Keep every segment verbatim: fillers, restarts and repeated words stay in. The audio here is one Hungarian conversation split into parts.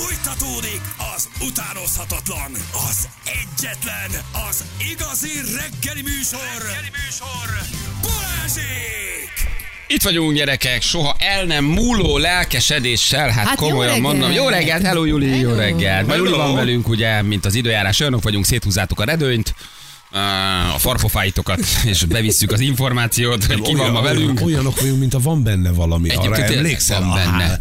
Fújtatódik az utánozhatatlan, az egyetlen, az igazi reggeli műsor, reggeli műsor, Balázsék! Itt vagyunk, gyerekek, soha el nem múló lelkesedéssel, hát, hát komolyan mondom. Jó reggelt, hello Juli, hello. Jó reggelt. Ma Juli van velünk, ugye, mint az időjárás, olyanok vagyunk, széthúzzátok a redőnyt, a farpofáitokat, és bevisszük az információt, hogy ki van ma velünk. Olyanok vagyunk, mint a van benne valami. Arra emlékszel? Van benne.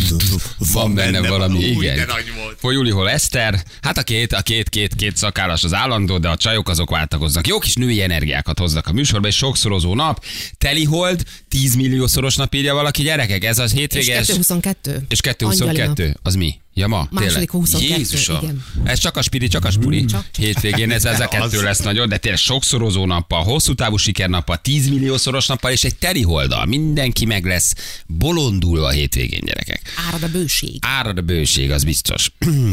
Van benne valami, igen. Hol Juli, hol Eszter. Hát a két, a két, két, két szakállas az állandó, de a csajok azok váltakoznak. Jó kis női energiákat hoznak a műsorba, és sokszorozó nap. Telihold, tíz milliószoros nap, írja valaki, gyerekek, ez az hétvéges. És kettő huszonkettő. És kettő huszonkettő, az mi? Ja, ma? Második huszonkettő, Jézusom. igen. Ez csak a spiri, csak a spuri. Csak. Hétvégén ez, ez a kettő lesz nagyon, de tényleg sokszorozó nappal, hosszú távú sikernappal, tíz milliószoros nappal és egy teliholddal. Mindenki meg lesz bolondulva a hétvégén, gyerekek. Árad a bőség. Árad a bőség, az biztos.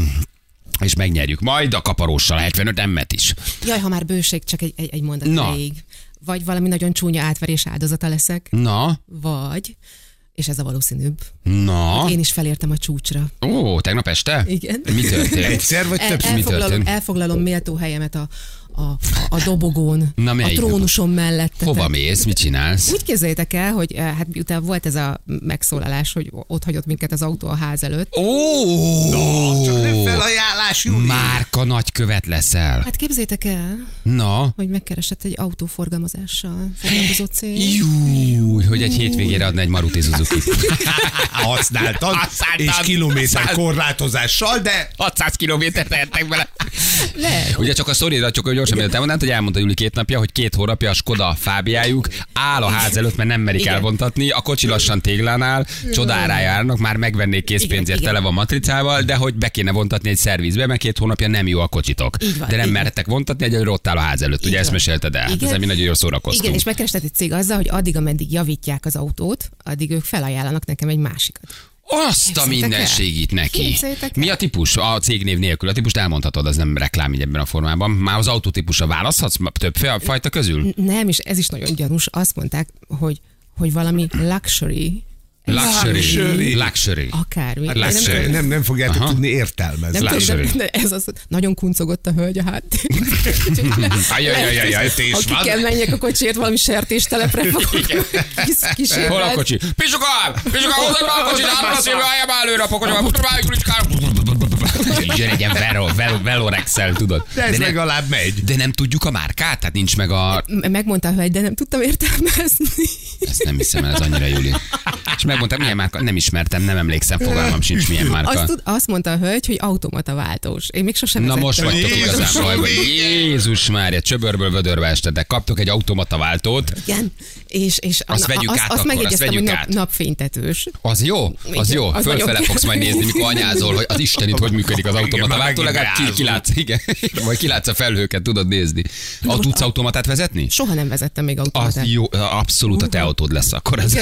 És megnyerjük majd a kaparóssal a hetvenöt emmet is. Jaj, ha már bőség, csak egy, egy, egy mondat elég. Vagy valami nagyon csúnya átverés áldozata leszek. Na. Vagy... És ez a valószínűbb. Na. Én is felértem a csúcsra. Ó, tegnap este? Igen. Mi történt? Egyszer vagy több? El, elfoglalom, elfoglalom méltó helyemet a, a, a dobogón, Na, a trónuson mellett. Hova mész? Mit csinálsz? Úgy képzeljétek el, hogy hát miután volt ez a megszólalás, hogy ott hagyott minket az autó a ház előtt. Ó! No, csak nem felajánlás, Júli. Márka nagykövet leszel. Hát képzeljétek el, Na. hogy megkeresett egy autóforgalmazással foglalkozó cég. Júj, hogy egy hétvégére adna egy Maruti Suzuki. Használtad, és kilométer korlátozással, de... hatszáz kilométert tehettek bele. Lehet. Ugye csak a sztoridat, csak hogy gyorsan mielőtt elmondanád, hogy elmondta Juli két napja, hogy két hónapja a Skoda Fábiájuk áll a ház előtt, mert nem merik Igen. elvontatni, a kocsi lassan téglánál, csodára járnak, már megvennék készpénzért, Igen, tele van matricával, de hogy be kéne vontatni egy szervizbe, mert két hónapja nem jó a kocsitok. Van, de nem így mertek vontatni, egyelőre ott áll a ház előtt, ugye ezt mesélted el. Igen. Ezzel mi nagyon jól szórakoztunk. Igen, és megkeresett egy cég azzal, hogy addig, ameddig javítják az autót, addig ők felajánlanak nekem egy másikat. Azt a minden segít neki. Képzeljétek Mi el. a típus? A cégnév nélkül. A típust elmondhatod, az nem reklám így ebben a formában. Már az autótípusra választhatsz több fajta közül? Nem, és ez is nagyon gyanús. Azt mondták, hogy, hogy valami luxury. Luxury. Luxury. Luxury. Akármi. Hát Én nem luxury. tudom- Nem, nem fogjátok Aha. tudni értelmezni. Nem Luxury. tudom, de ez az, nagyon kuncogott a hölgy a háttérben. Ajajajajaj, Ha és ki van. kell menjek a kocsiért, valami sertéstelepre fogok kis, kísérlet. Hol a kocsi? Pisukám! Pisukám, hozzá a kocsit! Átban a szívő, álljam előre a pokocsiba! Jön egy ilyen velo- velo- velorexel, tudod. De ez nem, legalább megy. de nem tudjuk a márkát? Tehát nincs meg a... Megmondta a hölgy, de nem tudtam értelmezni. Ezt nem hiszem el, ez annyira Juli. És megmondtam, milyen márka? Nem ismertem, nem emlékszem, fogalmam sincs, milyen márka. Azt, tud, azt mondta a hölgy, hogy automata váltós. Én még sosem Na vezettem. most vagytok Jézus, igazán bajban. Júli! Jézus Mária, csöbörből vödörbe estetek. Kaptok egy automata váltót. Igen, és, és Azt vegyük azt, át azt akkor, megjegyeztem, azt hogy vegyük nap, át. napfénytetős. Az jó, az Igen, jó. az Fölfele nagyon fogsz majd nézni, mikor anyázol, hogy az Istenit hogy működik az automata már váltó, megint legalább ki, beázol. kilátsz, igen, vagy kilátsz a felhőket, tudod nézni. A tudsz automatát vezetni? Soha nem vezettem még Az automatát. jó, abszolút a te autód lesz akkor ez.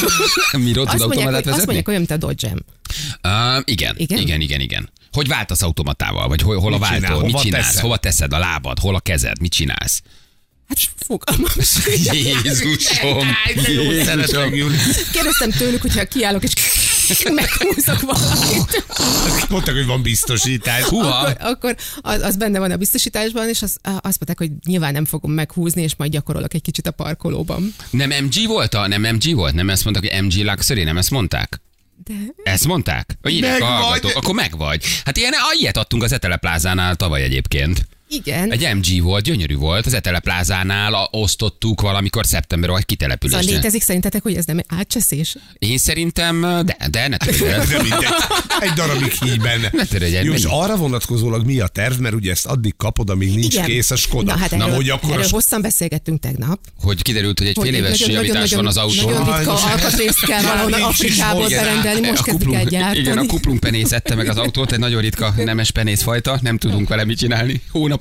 Miről tud Azt mondják, automatát hogy, azt vezetni? mondják, olyan, mint a Dodge-em. Uh, igen, igen, Igen? igen, igen, igen. Hogy váltasz automatával? Vagy hol, hol a Mit csinál? váltó? Mit Hova csinálsz? teszed? Hova teszed a lábad? Hol a kezed? Mit csinálsz? Hát fogalmam sincs. Jézusom! Szeretlek, Júli. Kérdeztem tőlük, hogyha kiállok és meghúzok valamit. Mondták, hogy van biztosítás. Húha! Akkor, akkor az, az benne van a biztosításban, és az, azt mondták, hogy nyilván nem fogom meghúzni, és majd gyakorolok egy kicsit a parkolóban. Nem em gé volt? A, nem em gé volt? Nem ezt mondták, hogy em gé Luxury? Nem ezt mondták? De Ezt mondták? Hogy írják a Meg hallgatók. vagy. Akkor meg vagy. Hát ilyen, ilyet adtunk az Etele Plázánál tavaly egyébként. igen. Egy em gé volt, gyönyörű volt. Az Etele Plázánál a- osztottuk valamikor szeptember vagy kitelepülésre. Szóval létezik szerintetek, hogy ez nem átcseszés? Én szerintem, de, de ne törődj el. De mindegy. Egy darabig hígy benne. Ne törődj el, Jó, és mennyi? arra vonatkozólag mi a terv, mert ugye ezt addig kapod, amíg nincs Igen. kész a Skoda. Na, hát Na, erről, hogy akkor erről a hosszan beszélgettünk tegnap. Hogy kiderült, hogy egy fél éves nagyon- javítás nagyon- van az autón. Nagyon ritka Sajnos. alkatrészt kell Már valahonnan nincs is Afrikából volt. berendelni, most a kezdik el gyártani. igen, a kuplung penész ette meg az autót, egy nagyon ritka nemes penészfajta, nem tudunk vele mit csinálni. Hónapok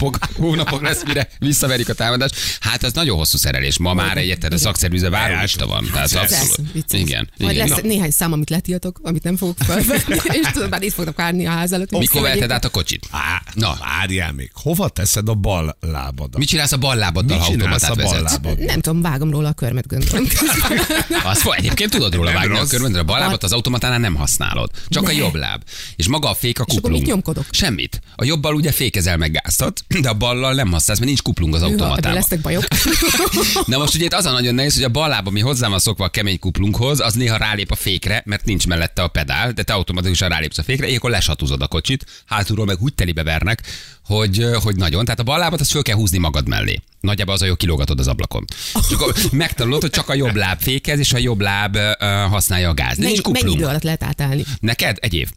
hónapok, hónapok lesz, mire visszaverik a támadást. Hát az nagyon hosszú szerelés. Ma már egyetlen a szakszerűző várólista van. Tehát abszolút. Igen. Majd igen. lesz néhány szám, amit letiltok, amit nem fogok felvenni, és tudod, már itt fognak várni a ház előtt. Mikor veheted át a kocsit? Á, na, várjál még. Hova teszed a bal lábadat? Mit csinálsz a bal lábaddal, ha automatát vezetsz? Nem tudom, vágom róla a körmet, gondolom. Azt egyébként tudod róla Nem vágni a rossz. körmet, de a bal lábat az automatánál nem használod. Csak a Ne. jobb láb. És maga a fék a És akkor kuplung. mit nyomkodok? Semmit. A jobbal ugye fékezel meg gáztat, de a ballal nem használsz, mert nincs kuplung az Ebből automatában. lesznek bajok. Na most ugye itt az a nagyon nehéz, hogy a bal láb, ami hozzám van szokva a kemény kuplunghoz, az néha rálép a fékre, mert nincs mellette a pedál, de te automatikusan rálépsz a fékre, ilyenkor lesatúzod a kocsit, hátulról meg úgy telibe vernek, hogy, hogy nagyon. Tehát a bal lábat azt föl kell húzni magad mellé. Nagyjából az a jó kilógatod az ablakon. És akkor megtanulod, hogy csak a jobb láb fékez, és a jobb láb uh, használja a gáz. De nincs Mennyi, mennyi idő kuplung. alatt lehet átállni? Neked egy év.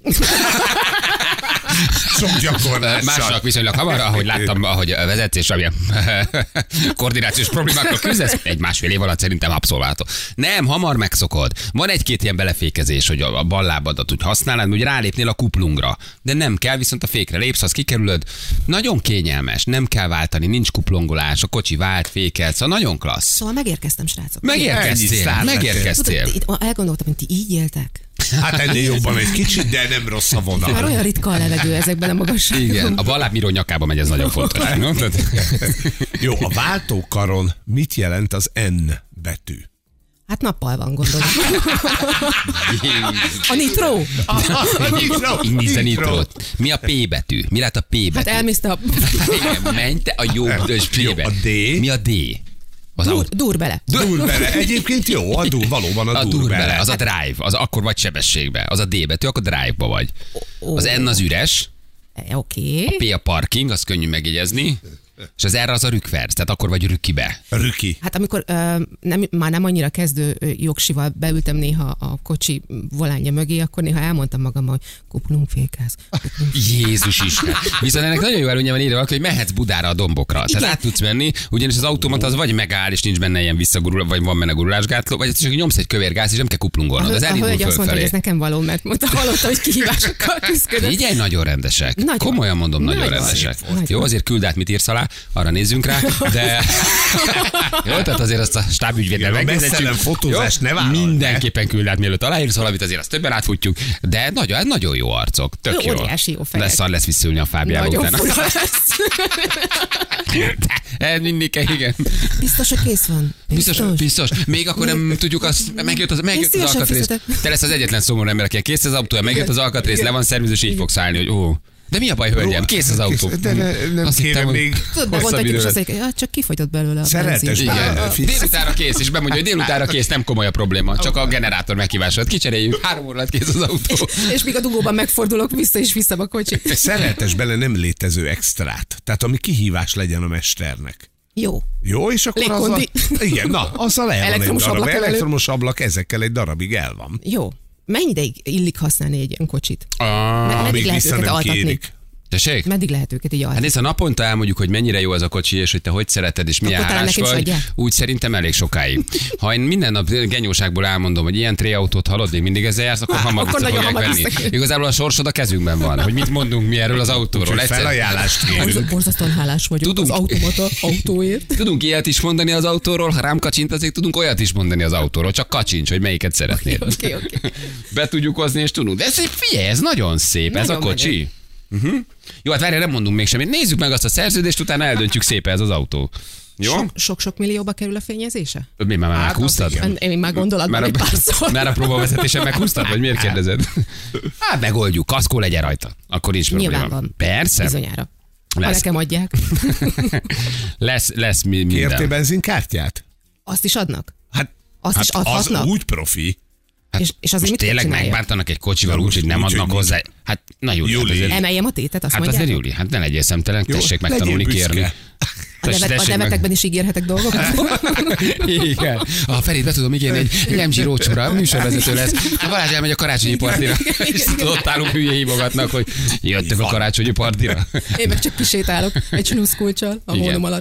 Sok gyakorlással. Másnak viszonylag hamar, ahogy láttam, ahogy vezetsz, és amilyen koordinációs problémákkal küzdesz, egy másfél év alatt szerintem abszolválható. Nem, hamar megszokod. Van egy-két ilyen belefékezés, hogy a bal lábadat úgy használod, hogy rálépnél a kuplungra. De nem kell, viszont a fékre lépsz, azt kikerülöd. Nagyon kényelmes, nem kell váltani, nincs kuplongolás, a kocsi vált, fékel, szóval nagyon klassz. Szóval megérkeztem, srácok. Ennyi Megérkeztél, szár megérkeztél. Tudod, itt elgondoltam, hogy ti így éltek. Hát ennél jobban egy kicsit, de nem rossz a Már vonal. olyan ritka a levegő ezekben a magasságokban. Igen, a bal láb miró nyakába megy, ez nagyon fontos. No? Tehát- Jó, a váltókaron mit jelent az N betű? Hát nappal van, gondolom. A nitro? Inni a nitrót. Mi a P betű? Mi lett a P betű? Hát elmészte a... Igen, menj te a jó büdös Jó, P-be. a D? Mi a D? Az Dur, aut- dur bele. Dur bele. Egyébként jó, a dur, valóban a, a dur, dur bele. bele, az a drive, az akkor vagy sebességbe. Az a D betű, akkor drive-ba vagy. Az N az üres, E, Oké. P a parking, az könnyű megjegyezni, és az R az a rükkverc, tehát akkor vagy rükkibe. Rüki. Hát amikor ö, nem, már nem annyira kezdő ö, jogsival beültem néha a kocsi volánja mögé, akkor néha elmondtam magam, hogy kuplunk fékez. Jézus Isten. Viszont ennek nagyon jó előnye van írva, hogy mehetsz Budára a dombokra. Igen. Tehát át tudsz menni, ugyanis az automata az vagy megáll, és nincs benne ilyen visszagurul, vagy van benne gurulásgátló, vagy csak nyomsz egy kövér gáz, és nem kell kuplungolnod. Az a elindul hölgy azt mondta, hogy fölfelé. ez nekem való, mert mondta, hallotta, hogy kihívásokkal küzdködött. Figyelj, nagyon rendesek. Nagyon. Komolyan mondom, nagyon, Nagyon rendesek. szép volt. Jó, azért küld át, mit írsz alá, arra nézzünk rá, de jó, tehát azért azt a stábügyvéddel Igen, a megnézetjük. messzelen fotózást ne vállald, Mindenképpen küld át, mielőtt aláírsz valamit, azért azt többen átfutjuk, de nagyon, nagyon jó arcok, tök jó. Óriási jó fejek. Lesz szar lesz visszülni a Fábiába Nagyon utána. fura lesz. Ez mindig kell, igen. Biztos, hogy kész van. Biztos, biztos. Még akkor nem tudjuk, az, megjött az, megjött az szívesen alkatrész. fizetek. Te lesz az egyetlen szomorú ember, aki kész az autója, megjött az alkatrész, le van szervizős, így fogsz állni, hogy ó. De mi a baj, hölgyem? Kész az autó. De ne, nem Azt kéne hittem, hogy- még... Tudod, Hosszabb bevontatjuk, és időre. azt mondják, ja, csak kifogyott belőle a Szeretes benzin. bár. Igen. Fisz- Délutára kész, és bemondja, hogy délutára kész, nem komoly a probléma, csak a generátor megkívásod. Kicseréljük, három óra alatt kész az autó. És míg a dugóban megfordulok, vissza és vissza a kocsit. Szeretes bele nem létező extrát. Tehát ami kihívás legyen a mesternek. Jó. Jó, és akkor az a... Légkondi. Igen, na, azzal el van egy Elektromos darab. ablakemelő. Elektromos ablak ezekkel egy darabig el van. Jó. Mennyi ideig illik használni egy ilyen kocsit? Ah, Meddig Amíg lehet vissza őket nem altatni? kérik. tessék? Meddig lehet őket így Hát altatni? nézd, ha naponta elmondjuk, hogy mennyire jó ez a kocsi, és hogy te hogy szereted, és milyen Akkor talán hálás nekem is vagy, adják. úgy szerintem elég sokáig. Ha én minden nap genyóságból elmondom, hogy ilyen tréautót hallod, még mindig ezzel jársz, akkor hamar akkor vissza nagyon fogják hamar venni. vissza- Igazából a sorsod a kezünkben van, hogy mit mondunk mi erről az autóról. Úgyhogy Egyszer- felajánlást kérünk. Borzasztóan hálás vagyok Tudunk. az automata autóért. Tudunk ilyet is mondani az autóról, ha rám kacsint, azért tudunk olyat is mondani az autóról, csak kacsincs, hogy melyiket szeretnéd. Oké, oké. Be tudjuk hozni, és tudunk. De ez egy figyelj, ez nagyon szép, ez a Nagyon kocsi. Uh-huh. Jó, hát várjál, nem mondunk még semmit. Nézzük meg azt a szerződést, utána eldöntjük szépen ez az autó. Jó? Sok- Sok-sok millióba kerül a fényezése? Mi már, már Hát, meghúztad? igen. Én már gondolatban Már egy párszor. a, már a próbavezetésen meghúztad, vagy miért kérdezed? Hát megoldjuk, kaszkó legyen rajta. Akkor nincs probléma. Nyilván van. Persze. Bizonyára. Ha Lesz. nekem adják. Lesz, lesz mi, minden. Kértél benzinkártyát? Azt is adnak? Hát, Azt hát is az adhatnak? úgy profi. Hát És- és azért most mit tényleg csináljak? megbántanak egy kocsival Na úgy, hogy most nem úgy, adnak hogy hozzá. Hát, na Júli, Júli. hát azért, Emeljem a tétet, azt hát mondják? azért Júli, hát ne legyél szemtelen, Jó, tessék legyél megtanulni büszke. kérni. A, nevet, a Tessék meg- nevetekben is ígérhetek dolgokat? Igen. A Ferit be tudom ígérni, egy egy em gé rócsóra műsorvezető lesz. A Balázs elmegy a karácsonyi partira. És tudod, ott állunk hülye hívogatnak, hogy jöttök a karácsonyi partira. Én meg csak kisétálok egy sluszkulccsal a Igen. hónom alatt.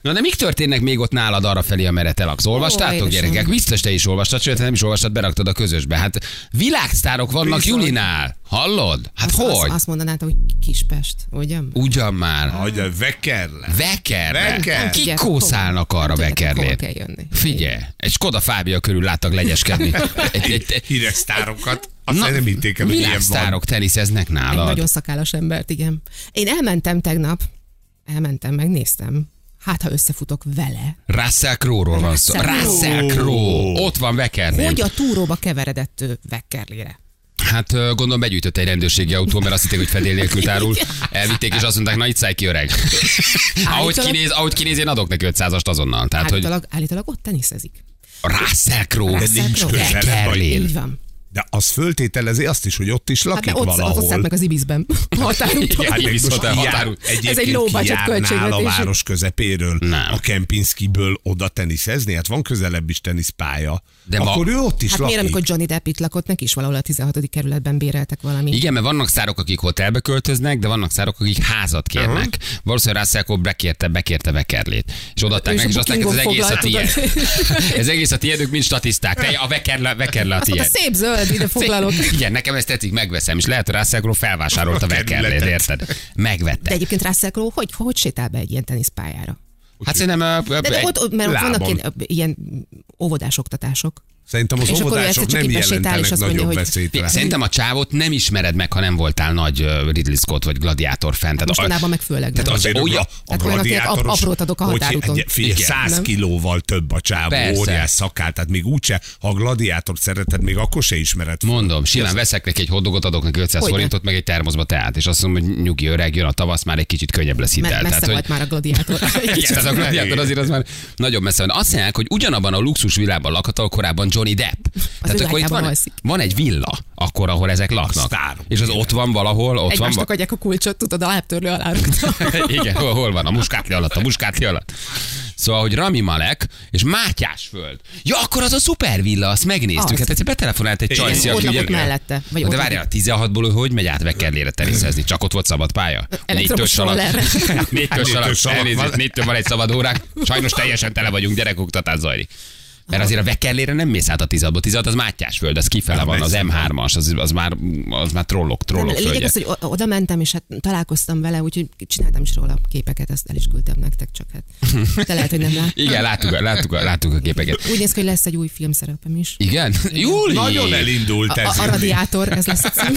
Na de mik történnek még ott nálad arra felé, amerre te laksz? Olvastátok, Ó, gyerekek? Biztos te is olvastad, sőt, nem is olvastad, beraktad a közösbe. Hát világsztárok vannak Bizony. Julinál. Hallod? Hát azt, hogy? Azt, azt mondanád, hogy Kispest, ugye? Ugyan már. Hogy Vekerle. Vekerre. Veker. Kik kószálnak arra Hova Vekerlét? kell jönni? Figyelj, egy Skoda Fábia körül láttak legyeskedni. Egy, egy, egy, Híres sztárokat. Azt nem hitték el, hogy ilyen van. világsztárok teniszeznek Egy nálad. nagyon szakállas embert, igen. Én elmentem tegnap, elmentem, megnéztem. Hát, ha összefutok vele. Russell Crowe-ról van szó. Russell Crowe. Russell Crowe. Ott van Vekerlén. Hogy a túróba keveredett ő Vekkerlére? Hát ö, gondolom begyűjtött egy rendőrségi autó, mert azt hitték, hogy fedél nélkül tárul. Elvitték, és azt mondták, na itt szállj ki, öreg. ahogy, Állítólag- kinéz, ahogy kinéz, én adok neki ötszázast azonnal. Tehát, hogy Állítólag, állítólag ott teniszezik. Russell Crowe. De nincs Crowe. közelebb. Vekerlén. Így van. De az föltételezi azt is, hogy ott is Hát lakik mert ott, ott valahol. szállt meg az Ibizben. Határúton. Igen, Hát Ibis most Hotel ilyen- határút. Egyébként Ez egy low budget kijárnál a költségvetésű. város közepéről, Nem. a Kempinskiből oda teniszezni, hát van közelebb is teniszpálya. De De ma- akkor ő ott is Hát lakik. miért, amikor Johnny Depp itt lakott, neki is valahol a tizenhatodik kerületben béreltek valami. Igen, mert vannak szárok, akik hotelbe költöznek, de vannak szárok, akik házat kérnek. Uh-huh. Valószínűleg Russell Crowe bekérte, bekérte Vekerlét. És odaadták Ő meg, is és a azt mondták, ez az egész a Bookingon tiéd. Ez egész a tiéd, ők mind statiszták. Te a Vekerle, Vekerle a Azt mondta, tiéd. szép zöld, ide foglalok. Igen, nekem ezt tetszik, megveszem. És lehet, hogy Russell Crowe felvásárolta A Vekerlét, kerületet. érted? Megvette. De egyébként Russell Crowe, hogy, hogy sétál be egy ilyen teniszpályára? Hát szerintem... ö, ö, De, de egy- ott, ott, mert ott lábon. vannak ilyen, ilyen óvodás oktatások. Szerintem az És akkor ő óvodások egyszer csak nem így besétál, jelentenek és azt mondja, nagyobb hogy- veszélyt rá. Szerintem a csávot nem ismered meg, ha nem voltál nagy ö, Ridley Scott vagy gladiátor fan. Tehát Mostanában meg főleg nem. Tehát az, Azért olyan, a, a Tehát olyanok, akinek gladiátoros, ap- aprót adok a hogy határúton. egy- Figyelj, Igen. száz Nem? kilóval több a csávó, Persze. óriás szakál, tehát még úgyse, ha a gladiátort szereted, még akkor se ismered. mondom, simán veszek neki egy hotdogot, adok neki ötszáz Hogyne. forintot, meg egy termoszba teát, és azt mondom, hogy nyugi öreg, jön a tavasz, már egy kicsit könnyebb lesz Me- hitel. messze volt már a gladiátor. Egy Igen, kicsit. tehát a gladiátor azért az már nagyon messze van. Azt mondják, hogy ugyanabban a luxus villában lakhat, ahol korábban Johnny Depp. Tehát ő akkor itt ágyában van, alszik. van egy villa, akkor, ahol ezek laknak. sztárok. És az ott van valahol, ott van. Egymásnak va- adják a kulcsot, tudod, a lábtörlő alá rúgta. Igen, hol, hol van? A muskátli alatt, a muskátli alatt. Szóval, hogy Rami Malek és Mátyás föld. Ja, akkor az a szuper villa, azt megnéztük. Az. Hát egyszer betelefonált egy Igen, csajszi, ott aki ugye... lakott mellette. Vagy De ott várjál, a tizenhatból ő hogy megy át Vekerlére teniszezni? Csak ott volt szabad pálya? Elektromos rollerre. Négytől Négytől salag. salag Elnézést, van. négytől van egy szabad óránk. Sajnos teljesen tele vagyunk, gyerekoktatás zajlik. Mert azért a Vekerlére nem mész át a tizadból. Tizad az Mátyás föld, az kifele Hát van, az messze em hármas, az, az, már, az már trollok, trollok Lényeg földje. az, hogy o- oda mentem, és hát találkoztam vele, úgyhogy csináltam is róla képeket, ezt el is küldtem nektek, csak hát te lehet, hogy nem lát. Igen, láttuk, a- láttuk, a- láttuk a képeket. Úgy néz ki, hogy lesz egy új filmszerepem is. Igen? Júli! Nagyon elindult A, ez. a, a radiátor, ez lesz a cím.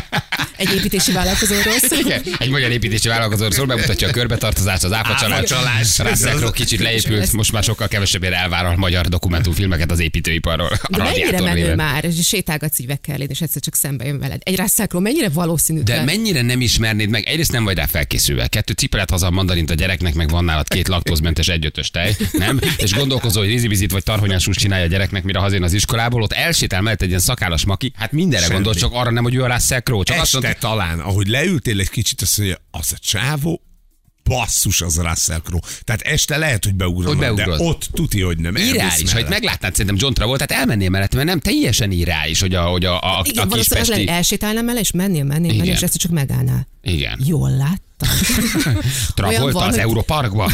Egy építési vállalkozóról szól. Igen, egy magyar építési vállalkozó szól, bemutatja a körbetartozást, az áfacsalást. Áfacsalás. Russell Crowe kicsit leépült, most már sokkal kevesebbért elvár a magyar dokumentumfilmeket az építőiparról. A De mennyire radiátor menő néven. már, és sétálgatsz így Vekkerlén, és egyszer csak szembe jön veled. Egy Russell Crowe mennyire De valószínűtlen. mennyire nem ismernéd meg? Egyrészt nem vagy rá felkészülve. Kettő, cipeled haza a mandarint a gyereknek, meg van nálad két laktózmentes egyötös tej, nem? És gondolkozol, hogy rizibizit vagy tarhonyásús csinálja a gyereknek, mire hazajön az iskolából, ott elsétál mellett egy ilyen szakállas maki. Hát mindenre Semmi. gondol, csak arra nem, hogy ő a Russell Crowe. Csak azt Este mondta, talán, ahogy leültél egy kicsit, azt mondja, az a csávó, basszus az a Russell Crowe. Tehát este lehet, hogy beugrod, de beugrod. ott tuti, hogy nem. írál elmész is, ha itt mellett. meglátnád szerintem John Travoltát, elmennél mellett, mert nem teljesen írál is, hogy a, hogy a, a, a, Igen, a valószínűleg az lenne, kispesti... hogy elsétálnám el, és mennél, mennél, mennél, Igen. és ezt csak megállnál. Igen. Jól láttam. Olyan Travolta van, az hogy- Europarkban?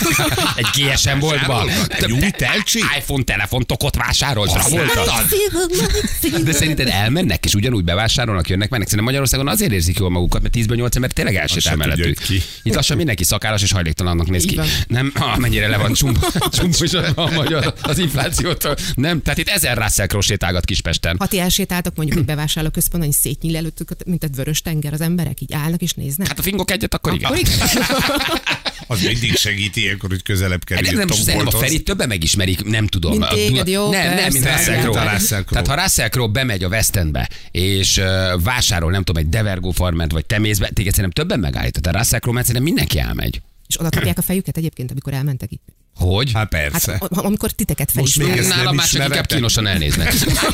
Egy gé es em boltban? Egy új telcsi? iPhone telefontokot vásárolt Travolta? De szerinted elmennek, és ugyanúgy bevásárolnak, jönnek, mennek? Szerintem Magyarországon azért érzik jól magukat, mert tízből nyolc ember tényleg elsétál se tudja, mellettük. hogy ki. Itt lassan mindenki szakállas és hajléktalannak néz ki. Így van. Nem, ah, mennyire le van csumba, csumbos a magyar az inflációtól. Nem, tehát itt ezer Russell Crowe sétálgat Kispesten. Ha ti elsétáltok mondjuk egy bevásárlóközpontban, hogy szétnyíl előttük, mint egy vörös tenger, az emberek így állnak és néznek. Hát a fingok egyet, akkor igen. Akkor igen. Az mindig segít ilyenkor, hogy közelebb Hát kerül. nem, szerintem a Ferit többen megismerik, nem tudom. Mint téged, jó, nem, nem, mint persze. Russell Crowe. Mint a Russell Crowe. Tehát ha Russell Crowe bemegy a West Endbe, és uh, vásárol, nem tudom, egy Devergo farmert, vagy temészbe, téged szerintem többen megállított. A Russell Crowe, mert szerintem mindenki elmegy. És oda kapják a fejüket egyébként, amikor elmentek itt. Hogy? Hát persze. Hát a- amikor titeket Most még felismernek. ezt Nálam nem már csak inkább ismeretek. kínosan elnéznek.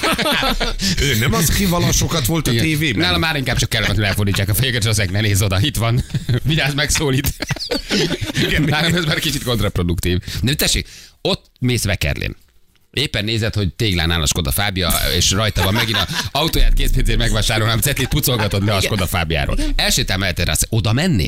Ő nem az, ki vala sokat volt a Igen. tévében? Nálam már inkább csak kellemetlenül elfordítják a fejüket, és azek ne nézz oda, itt van. Vigyázz, megszólít. Nálam ez már kicsit kontraproduktív. De tessék, ott mész Vekerlén. Éppen nézed, hogy téglán áll a Skoda Fábia, és rajta van megint a autóját készpénzért megvásárolnám, cetlit pucolgatod le a Skoda Fábiáról. Elsétál mellett rá, oda mennél?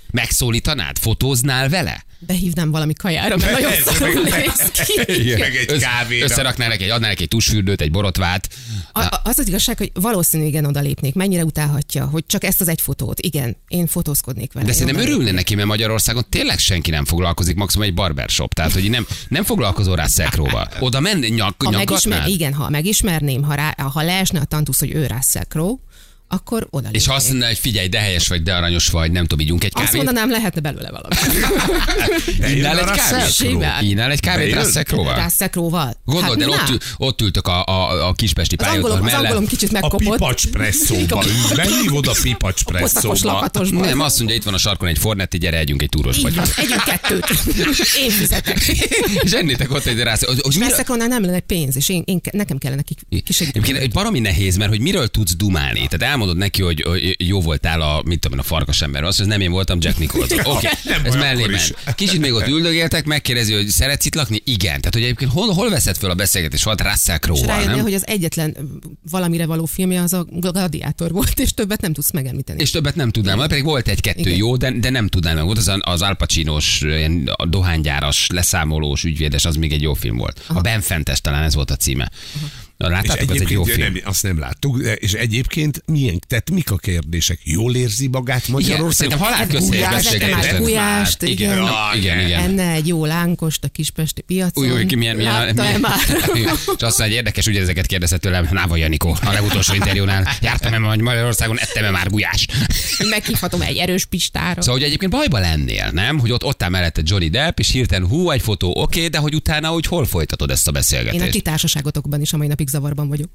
Megszólítanád? Fotóznál vele? Behívnám valami kajára, mert nagyon szarul néz ki. Meg egy kávéra. Összeraknál neki, adnál neki egy tusfürdőt, egy borotvát. A, a, az az igazság, hogy valószínű igen odalépnék. Mennyire utálhatja, hogy csak ezt az egy fotót. Igen, én fotózkodnék vele. De szerintem Jobban örülne neki, mert Magyarországon tényleg senki nem foglalkozik, maximum egy barbershop. Tehát, hogy nem, nem foglalkozol rá Crowe-val. Oda menni, nyak, ha megismer, nyakatnád? igen, ha megismerném, ha, rá, ha leesne a tantusz, hogy ő Russell Crowe, akkor oda És ha azt mondaná, hogy figyelj, de helyes vagy, de aranyos vagy, nem tudom, ígyunk egy kávét. azt mondanám, lehetne belőle valami. Innál egy kávét? Simán. Innál egy kávét Russell Crowe-val? Russell Crowe-val? Gondold el, Hát, ott, ül- ott ültök a, a, a kispesti az pályaudvar angolom, az mellett. angolom kicsit A megkopott. pipacs presszóba. Meghívod a pipacs Koszakos presszóba. lakatosban. Nem, azt mondja, itt van a sarkon egy Fornetti, gyere, együnk egy túros Így vagy. van, együnk kettőt. Én fizetek. És ennétek ott egy Russell. Hogy mire- Russell Crowe-nál nem lenne pénz, és én, én, nekem kellene ki- kisegíteni. Egyébként egy baromi nehéz, mert hogy miről tudsz dumálni. Tehát elmondod neki, hogy hogy jó voltál a, mit tudom én, a farkasember. Azt, hogy ez nem én voltam, Jack Nicholson. Oké, okay, nem ez baj, mellé akkor ment. is. Kicsit még ott üldögéltek, megkérdezi, hogy szeretsz itt lakni? Igen. Tehát, hogy egyébként hol, hol veszed föl a beszélgetés? Volt Russell És Crowe-val, rájönnél, nem? hogy az egyetlen valamire való filmje az a Gladiátor volt, és többet nem tudsz megemlíteni. És többet nem tudnám, pedig volt egy-kettő Igen. jó, de, de nem tudnám meg. Volt az, az Al Pacino-s, ilyen a dohánygyáras, leszámolós, ügyvédes, az még egy jó film volt. Aha. A Benfentes talán ez volt a címe. Na, És láttátok, ez egy jó egyébként film. nem, azt nem láttuk, de- és egyébként milyen, tehát mik a kérdések? Jól érzi magát Igen, Magyarországon? szerintem halálközhelyek Gulyás beszélgetések. már kenyeret? gulyást, Igen, igen. na, igen, igen. Enne egy jó lánkost a kispesti piacon. Új, új, ki milyen, milyen, Látta-e milyen, már? És azt mondja, hogy érdekes, ugye ezeket kérdezett tőlem Náva Janikó a legutolsó interjúnál. Jártam-e Magyarországon, ettem-e már gulyás. Meghívhatom egy erős pistára. Szóval, hogy egyébként bajba lennél, nem? Hogy ott, ott áll mellette Johnny Depp, és hirtelen hú, egy fotó, oké, okay, de hogy utána, hogy hol folytatod ezt a Én a beszélgetést? ti társaságotokban is a mai napig zavarban vagyok.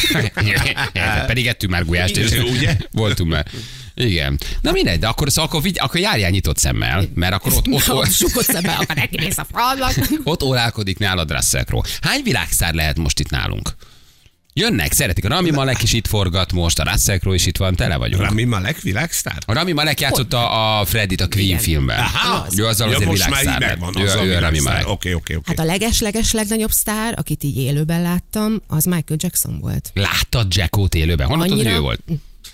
Pedig ettünk már gulyást, és Ugye? voltunk már. Igen. Na mindegy, de akkor, szóval akkor, vigy, akkor járjál nyitott szemmel, mert akkor ott, ott, ott, Sukott szemmel, akar neki néz a falnak. ott órálkodik nálad Russell Crowe. Hány világszár lehet most itt nálunk? Jönnek, szeretik. A Rami Malek is itt forgat most, a Russell Crowe is itt van, tele vagyunk. Rami Malek világsztár? A Rami Malek játszotta a Freddit a Queen Igen. filmben. Aha. Ő azzal Ja, azért most már így világsztár lett. megvan, Ő, az a ő a Rami világsztár. Malek. Oké, oké, oké. Hát a leges-leges legnagyobb sztár, akit így élőben láttam, az Michael Jackson volt. Láttad Jackót élőben? Honnan tudod, hogy Annyira- ő volt?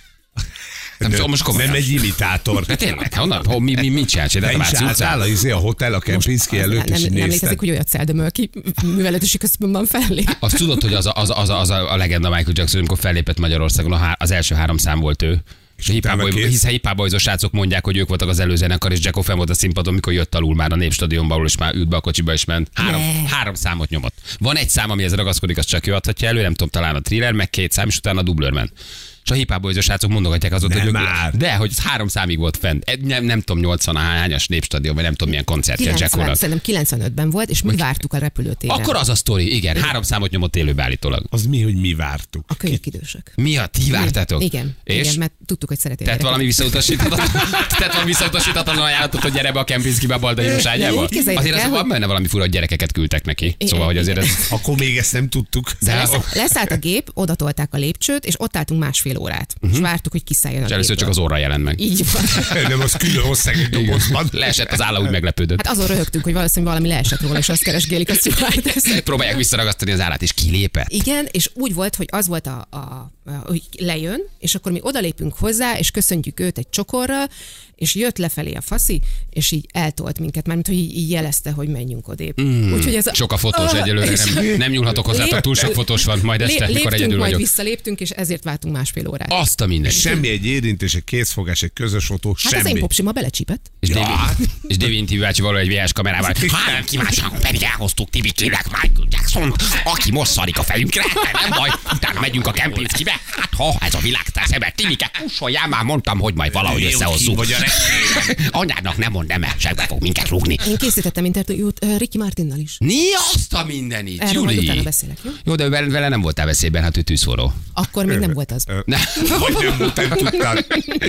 Nem, De tudom, most komolyan. nem egy imitátor. De tényleg, honnan? Ho, mi, mi, mit csinált? Te Csinálta is Váci álltál utcán? a, izé, a hotel, a Kempinski Az előtt, nem, és nem nézted. létezik, hogy olyat szeldömöl ki művelődési központban fellé. Azt tudod, hogy az a, az, a, az, a, az a legenda Michael Jackson, amikor fellépett Magyarországon, a há- az első három szám volt ő. És a utána hip-hop- kész. hiszen hip-hop srácok mondják, hogy ők voltak az előzenekar, és Jacko fenn volt a színpadon, mikor jött alul már a Népstadionba, és már ült be a kocsiba, és ment. Három, Ne. három számot nyomott. Van egy szám, amihez ragaszkodik, az csak ő adhatja elő, nem tudom, talán a Thriller, meg két szám, és utána a dublőr ment. És a hip-hop srácok mondogatják azot, Nem hogy ők- már. de, hogy ez három számig volt fent. E- Nem, nem tudom, nyolcvanhányas Népstadion, vagy nem tudom milyen koncertje kilencven, Jackónak. szerintem kilencvenötben volt, és mi vártuk a repülőtéren. Akkor az a sztori, igen, három számot nyomott élőbe állítólag. Az mi, hogy mi vártuk? A kölyök idősök. Mi a ti vártátok? Igen, És? igen, mert tudtuk, hogy szereti a Tehát valami gyereket. visszautasítatlan, tehát valami visszautasítatlan ajánlatot, hogy gyere be a Kempinskibe a Baldainos ágyába? Úgy képzeljétek Azért el, az hogy- van benne valami fura, hogy gyerekeket küldtek neki. Szóval, hogy azért ez... Akkor még ezt nem tudtuk. De Lesz, leszállt a gép, odatolták a lépcsőt, és ott álltunk másfél órát. Uh-huh. És vártuk, hogy kiszálljon a És először csak gépből. az orra jelent meg. Így van. Nem, az külön hosszeg egy dobozban. Leesett az álla, úgy meglepődött. Hát azon röhögtünk, hogy valószínűleg valami leesett róla, és azt keresgélik a stewardess. Próbálják visszaragasztani az állát, és kilépett. Igen, és úgy volt, hogy az volt, a, a, a, hogy lejön, és akkor mi odalépünk hozzá, és köszöntjük őt egy csokorral, és jött lefelé a faszi, és így eltolt minket, mert hogy így, így jelezte, hogy menjünk odébb. Mm, Úgyhogy ez a, Sok a fotós Ah, egyelőre, és- nem, nem nyúlhatok hozzá, Lép- túl sok fotós van, majd este, Lé- mikor léptünk, egyedül majd vagyok. visszaléptünk, és ezért váltunk másfél órát. Azt a minden. Semmi egy érintés, egy kézfogás, egy közös fotó, Hát az én semmi. popsima belecsípett. És Ja. David, és David Inti bácsi való egy vé es kamerával. Hát nem kívánságunk, pedig elhoztuk Tibikének Michael Jackson, aki most szarik a fejünkre, nem baj, utána megyünk a Kempinskibe. Hát ha ez a világtár szemben, Tibike, kussoljál, már mondtam, hogy majd valahogy összehozzuk. Vagy a Anyádnak nem mond, nem, segbe fog minket rúgni. Én készítettem interjút uh, Ricky Martinnal is. Mi azt a mindenit, Erről majd utána Juli? beszélek, jó? Jó, de vele, vele nem voltál veszélyben, hát ő tűzforró. Akkor még nem volt az. Ne. Vagy nem után tudtad.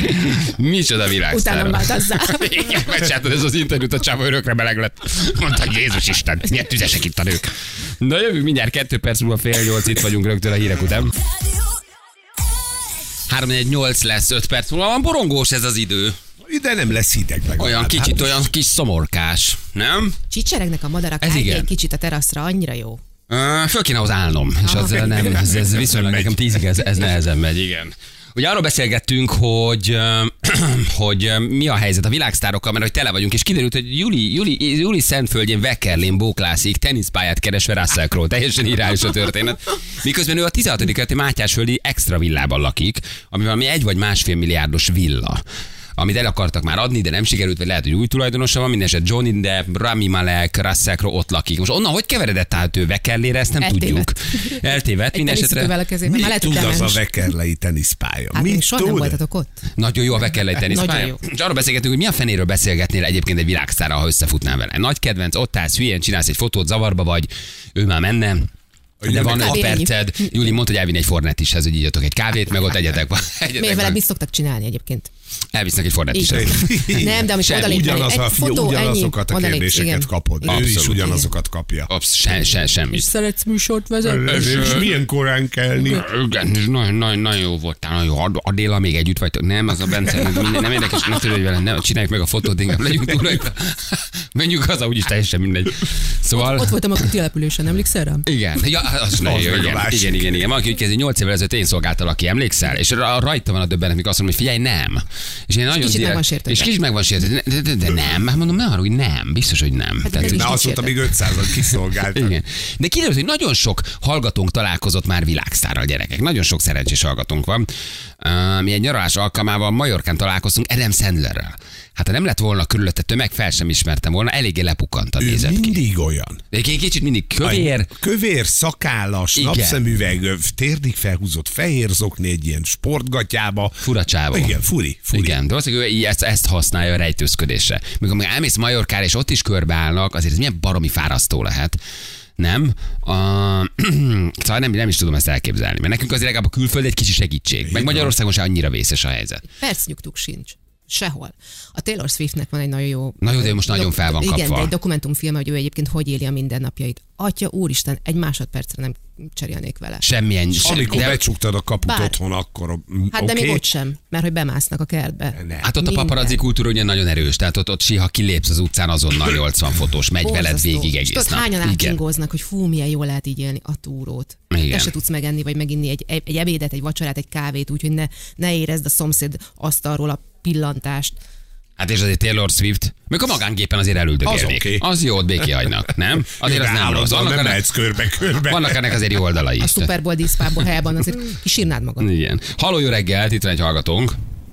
Micsoda világsztár. Utána változzál. Igen, megcsináltad ez az interjút, a csávó örökre meleg lett. Mondta, hogy Jézus Isten, milyen tüzesek itt a nők. Na jövünk mindjárt kettő perc múlva fél nyolc, itt vagyunk rögtön a hírek után. három négy nyolc lesz öt perc múlva, van borongós ez az idő. De nem lesz hideg meg. Olyan kicsit, olyan kis szomorkás, nem? Csicseregnek a madarak, Ez állj igen. egy kicsit a teraszra, annyira jó. Uh, föl kéne ahhoz állnom, és az nem, ez, ez viszonylag nekem tízig ez, ez nehezen megy, igen. Ugye arról beszélgettünk, hogy, hogy mi a helyzet a világsztárokkal, mert hogy tele vagyunk, és kiderült, hogy Juli, Juli, Juli Szentföldjén Vekerlén bóklászik, teniszpályát keresve Russell Crowe. Teljesen irányos a történet. Miközben ő a tizenhatodik kerületi Mátyásföldi extra villában lakik, ami valami egy vagy másfél milliárdos villa, amit el akartak már adni, de nem sikerült, vagy lehet, hogy új tulajdonosa van, mindeneset Johnny Depp, Rami Malek, Russell Crowe ott lakik. Most onnan hogy keveredett át ő Vekerlére, ezt nem Eltévedt. tudjuk. Eltévedt, mindenesetre. Mit tud az a Vekerlei teniszpálya? Hát még soha nem tud? voltatok ott. Nagyon jó a Vekerlei teniszpálya. Nagyon jó. És arról beszélgetünk, hogy mi a fenéről beszélgetnél egyébként egy világsztárral, ha összefutnál vele. Nagy kedvenc, ott állsz, hülyén csinálsz egy fotót, zavarba vagy, ő már menne. De van egy perced. Júli mondta, hogy elvinni egy Fornettishez, hogy ígyatok egy kávét, meg ott egyetek. Miért veled mit szoktak csinálni egyébként? Elvisznek egy Fornettishez. Nem, de amikor odalépnek Ugyanaz egy a, fotó, ugyanazokat a ennyi, kérdéseket igen. kapod. Ő Abszolút. is ugyanazokat kapja. Absz, se, se, semmi. Szeretsz műsort vezetni? És milyen korán kelni? Igen, nagyon, nagyon, nagyon jó voltál, nagyon jó. A Déla még együtt vagytok. Nem, az a Bence, minden, nem érdekes, ne törődj vele, ne, csináljuk meg a fotót, inkább legyünk túl rajta. Menjünk haza, úgyis teljesen mindegy. Szóval... Ott, ott voltam a településen, emlékszel rám? Igen, ja, az nagyon jó, igen, igen, igen, igen. Van, aki úgy kezdi, nyolc évvel ezelőtt én szolgáltalak ki, emlékszel? És rajta van a döbbenet, mikor azt mondom, hogy figyelj, nem. És én nagyon kicsit meg van direkt, sértődve. és kicsit meg van sértődve, de, de, de nem, hát mondom, ne arra, hogy nem, biztos, hogy nem. Hát Tehát, de Na azt mondta, még ötszázan kiszolgáltak. igen. De kiderült, hogy nagyon sok hallgatónk találkozott már világsztárral, gyerekek. Nagyon sok szerencsés hallgatónk van. Uh, mi egy nyaralás alkalmával Majorkán találkoztunk Adam Sandlerrel. Hát ha nem lett volna körülötte tömeg, fel sem ismertem volna, eléggé lepukkantan Ő nézett ki. mindig olyan. De egy kicsit mindig kövér. Kövér, szakállas, Igen. napszemüveg, térdig felhúzott fehér zokni egy ilyen sportgatyába. Fura csávó. Igen, furi, furi. Igen, de valószínűleg ő így ezt, ezt használja a rejtőzködésre. Mikor meg elmész Majorkára, és ott is körbeállnak, azért ez milyen baromi fárasztó lehet. Nem? A... szóval nem, nem is tudom ezt elképzelni, mert nekünk azért legalább a külföld egy kicsi segítség. Meg Magyarországon se annyira vészes a helyzet. Perc nyugtuk sincs. Sehol. A Taylor Swiftnek van egy nagyon jó... Na jó, de ő most nagyon fel van igen, kapva. de egy dokumentumfilm, hogy ő egyébként hogy éli a mindennapjait. Atya úristen, egy másodpercre nem cserélnék vele. Semmilyen. Sem, Amikor de, becsuktad a kaput Bár. otthon, akkor Hát okay. de még ott sem, mert hogy bemásznak a kertbe. Ne. hát ott a Minden. paparazzi kultúra ugye nagyon erős, tehát ott, ott ha kilépsz az utcán, azonnal nyolcvan fotós, megy veled Borzasztó. végig És egész tudod, nap. hányan Igen. átcsingóznak, hogy fú, milyen jól lehet így élni a túrót. Igen. Te se tudsz megenni, vagy meginni egy, egy ebédet, egy vacsorát, egy kávét, úgyhogy ne, ne érezd a szomszéd asztalról a pillantást. Hát és azért Taylor Swift, még a magángépen azért elüldögélnék. Az oké. Az jó, ott béké hagynak, nem? Azért az nem rossz. Vannak Vannak nem ennek, mehetsz körbe-körbe. vannak ennek azért jó oldalai A is. Super Bowl díszpába helyben azért kisírnád magad. Igen. Halló, jó reggelt, itt van egy hallgatónk.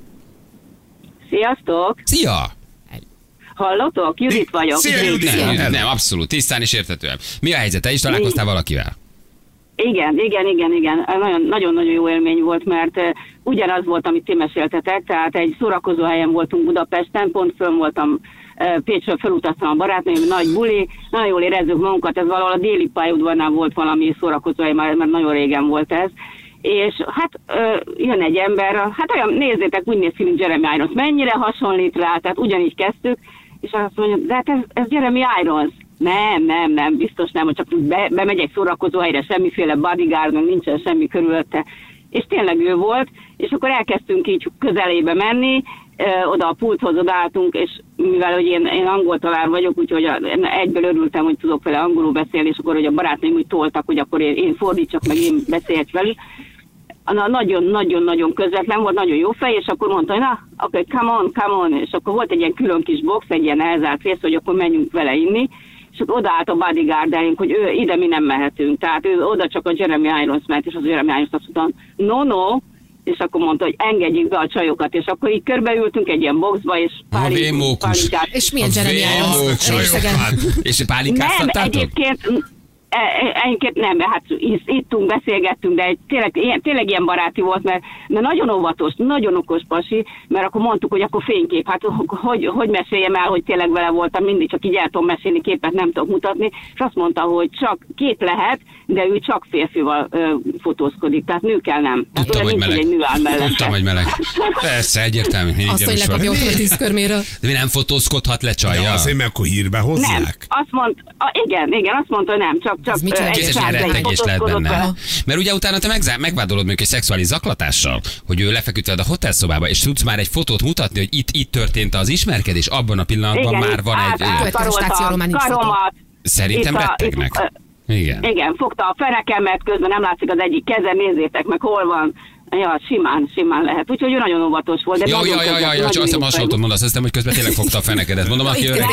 Sziasztok! Szia! Hallottok? Judit vagyok. Szia, Judit! Nem, Hello. nem, abszolút, tisztán és érthetően. Mi a helyzet? Te is találkoztál valakivel? Igen, igen, igen, igen. Nagyon- Nagyon-nagyon jó élmény volt, mert eh, ugyanaz volt, amit ti meséltetek, tehát egy szórakozó helyen voltunk Budapesten, pont fönn voltam, eh, Pécsről felutaztam a barátnőm, nagy buli, nagyon jól érezzük magunkat, ez valahol a déli pályaudvarnál volt valami szórakozó hely, már, mert nagyon régen volt ez. És hát ö, jön egy ember, hát olyan, nézzétek, úgy néz ki, mint Jeremy Irons, mennyire hasonlít rá, tehát ugyanígy kezdtük, és azt mondja, de hát ez, ez Jeremy Irons. Nem, nem, nem, biztos nem, hogy csak úgy be, bemegyek szórakozó helyre, semmiféle bodyguard, meg nincsen semmi körülötte. És tényleg ő volt, és akkor elkezdtünk így közelébe menni, ö, oda a pulthoz odaálltunk, és mivel hogy én, én angol tanár vagyok, úgyhogy a, egyből örültem, hogy tudok vele angolul beszélni, és akkor hogy a barátnőim úgy toltak, hogy akkor én, én fordítsak, meg én beszéljek velük. Nagyon-nagyon-nagyon közvetlen volt, nagyon jó fej, és akkor mondta, hogy na, akkor come on, come on, és akkor volt egy ilyen külön kis box, egy ilyen elzárt rész, hogy akkor menjünk vele inni, és akkor odaállt a bodyguardáink, hogy ő, ide mi nem mehetünk, tehát ő oda csak a Jeremy Irons mehet, és az Jeremy Irons azt mondta, no, no, és akkor mondta, hogy engedjék be a csajokat, és akkor így körbeültünk egy ilyen boxba, és A vémókus. És milyen A Jeremy vémókus. Irons részegen? És Nem, pálinkáztattátok? egyébként, e- egyébként nem, hát ittunk, beszélgettünk, de egy, tényleg, ilyen, tényleg ilyen baráti volt, mert, mert nagyon óvatos, nagyon okos pasi, mert akkor mondtuk, hogy akkor fénykép, hát hogy, hogy meséljem el, hogy tényleg vele voltam, mindig csak így el tudom mesélni, képet nem tudok mutatni, és azt mondta, hogy csak kép lehet, de ő csak férfival ö, fotózkodik, tehát nőkkel nem. Tehát Tudtam, hogy nincs, meleg. egy nő áll mellette. Tudtam, hogy meleg. Persze, egyértelmű. Azt, Igen, hogy most lekapja van. otthon a tízkörméről. De mi nem fotózkodhat le Ja, csajjal? azért, mert akkor hírbe Nem, hozzák. azt mondta, igen, igen, azt mondta, hogy nem, csak, csak Ez mit jelent? egy Készes ilyen század rettegés lehet fotózkodott benne. vele. Mert ugye utána te megzá- megvádolod mondjuk egy szexuális zaklatással, hogy ő lefeküdt veled a hotelszobába, és tudsz már egy fotót mutatni, hogy itt, itt történt az ismerkedés, abban a pillanatban Igen, már van át- egy... át- Következő stációról már nincs fotó. karomat. Szerintem Itt a- rettegnek. itt, Igen. Igen, fogta a fenekemet, közben nem látszik az egyik keze, nézzétek meg, hol van. Ja, simán, simán lehet. Úgyhogy ő nagyon óvatos volt. De ja, ja, ja, ja, ja, csak azt hiszem hasonlót mondasz, azt hiszem, hogy közben tényleg fogta a fenekedet. Mondom, aki öreg.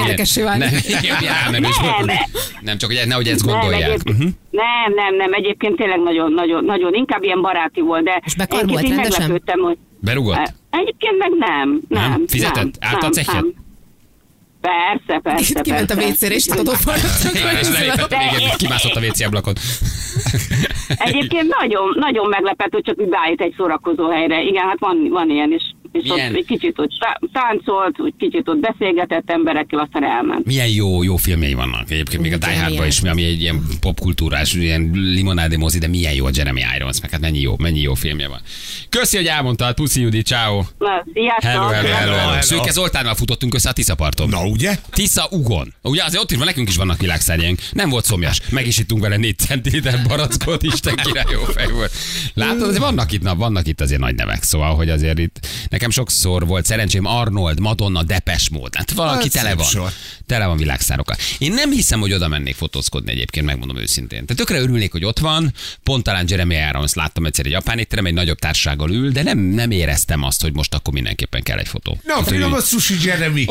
Nem, csak hogy nehogy ezt gondolják. Nem, nem, nem, egyébként tényleg nagyon, nagyon, nagyon, inkább ilyen baráti volt, de és bekarmolt rendesen? Hogy... Berugott? Egyébként meg nem, nem. nem? Fizetett? Állt a cechet? Persze, persze, kiment a vécére, és tudod, hogy kimászott a vécé ablakot. Egyébként nagyon, nagyon meglepett, hogy csak úgy beállít egy szórakozó helyre. Igen, hát van, van ilyen is. És milyen? Ott egy kicsit ott táncolt, egy kicsit ott beszélgetett emberekkel, aztán elment. Milyen jó, jó filmjei vannak. Egyébként még a Die Hardban is, ami egy ilyen popkultúrás, ilyen limonádi mozi, de milyen jó a Jeremy Irons, meg hát mennyi jó, mennyi jó filmje van. Köszi, hogy elmondtad, puszi Judi, ciao. Na, sziasztok. Hello, hello, hello, hello. Szőke Zoltánnal futottunk össze a Tiszaparton. Na, ugye? Tisza Ugon. Ugye azért ott is van, nekünk is vannak világszárnyaink. Nem volt szomjas. Meg is ittunk vele négy centiliter barackot, Isten király, jó fej volt. Látod, azért vannak itt, na, vannak itt azért nagy nevek, szóval, hogy azért itt nekem sokszor volt szerencsém Arnold, Madonna, Depeche Mode. Hát valaki hát tele van. Sor. Tele van világszárokkal. Én nem hiszem, hogy oda mennék fotózkodni egyébként, megmondom őszintén. Tehát tökre örülnék, hogy ott van. Pont talán Jeremy Irons láttam egyszer egy japán étterem, egy nagyobb társasággal ül, de nem, nem éreztem azt, hogy most akkor mindenképpen kell egy fotó. Na, finom a sushi, Jeremy.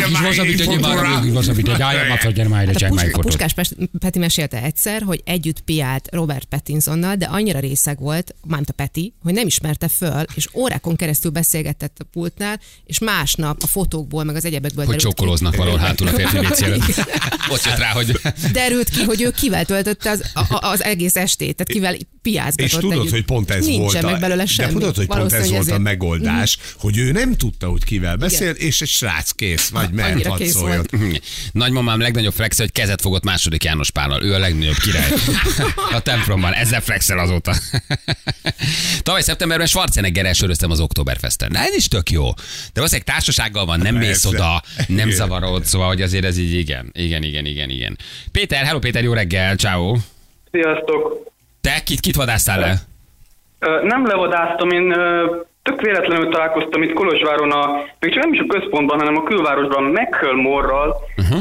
A Puskás Peti mesélte egyszer, hogy együtt piált Robert Pattinsonnal, de annyira részeg volt, mármint a Peti, hogy nem ismerte föl, és órákon keresztül beszélgetett a pultnál, és másnap a fotókból, meg az egyebekből hogy csókolóznak valahol hátul a férfi vécére. Ott jött rá, hogy... Derült ki, hogy ő kivel töltötte az, az egész estét, tehát kivel piázgatott. És tudod, együtt. hogy pont ez Nincsen volt. meg belőle semmi. De tudod, hogy pont ez volt ezért... a megoldás, mm. hogy ő nem tudta, hogy kivel beszél, igen. És egy srác kész, vagy mert hadd szóljon. Nagymamám legnagyobb flexe, hogy kezet fogott második János Pállal. Ő a legnagyobb király. A templomban. Ezzel flexel azóta. Tavaly szeptemberben Schwarzeneggerrel söröztem az Oktoberfesten. Na, ez is tök jó. De valószínűleg társasággal van, nem mész oda, nem zavarod, szóval, hogy azért ez így igen. Igen, igen, igen, igen. Péter, hello Péter, jó reggel, ciao. Sziasztok. Te kit, kit vadásztál le? Nem levadásztam, én tök véletlenül találkoztam itt Kolozsváron, a, még csak nem is a központban, hanem a külvárosban Meghölmorral. Uh-huh.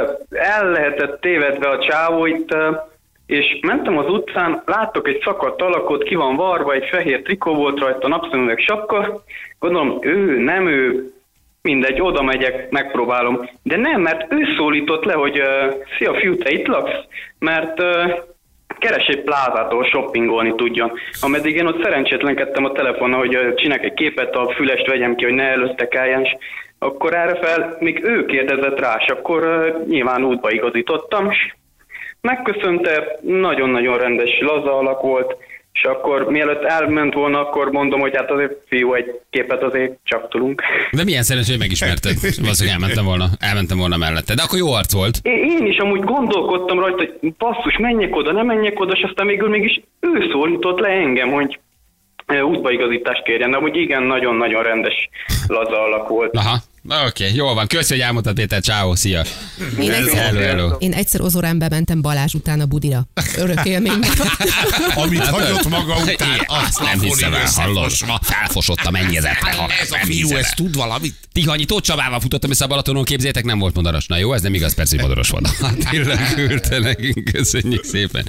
El lehetett tévedve a csávó itt, és mentem az utcán, láttok egy szakadt alakot, ki van varva, egy fehér trikó volt rajta, napszemüveg sapka. Gondolom, ő, nem ő, mindegy, oda megyek, megpróbálom. De nem, mert ő szólított le, hogy uh, szia fiú, te itt laksz? Mert... Uh, keres egy plázától shoppingolni tudjon. Ameddig én ott szerencsétlenkedtem a telefonnal, hogy csinálják egy képet, a fülest vegyem ki, hogy ne előztekeljen, és akkor erre fel még ő kérdezett rá, és akkor uh, nyilván útba igazítottam, és megköszönte, nagyon-nagyon rendes, laza alak volt, és akkor mielőtt elment volna, akkor mondom, hogy hát azért fiú, egy képet azért csak tudunk. De milyen szerencsé, hogy megismerted. Valószínűleg elmentem volna, elmentem volna mellette. De akkor jó arc volt. Én is amúgy gondolkodtam rajta, hogy basszus, menjek oda, nem menjek oda, és aztán végül mégis ő szólított le engem, hogy útbaigazítást kérjen. De amúgy igen, nagyon-nagyon rendes laza alak volt. Aha. Oké, okay, jól van. Köszönjük, hogy elmondtad, Péter. Ciao, szia. Én egyszer, hello, hello. Én egyszer Ozorán bementem Balázs után a budira. Örök élmény. Amit hagyott maga után, azt nem hiszem el, hallod. Felfosott a mennyezetre. Ez a fiú, ez tud valamit. Tihanyi Tóth Csabával futottam össze a Balatonon, képzétek, nem volt madaras. Na jó, ez nem igaz, persze, hogy madaras van. Tényleg küldte nekünk, köszönjük szépen.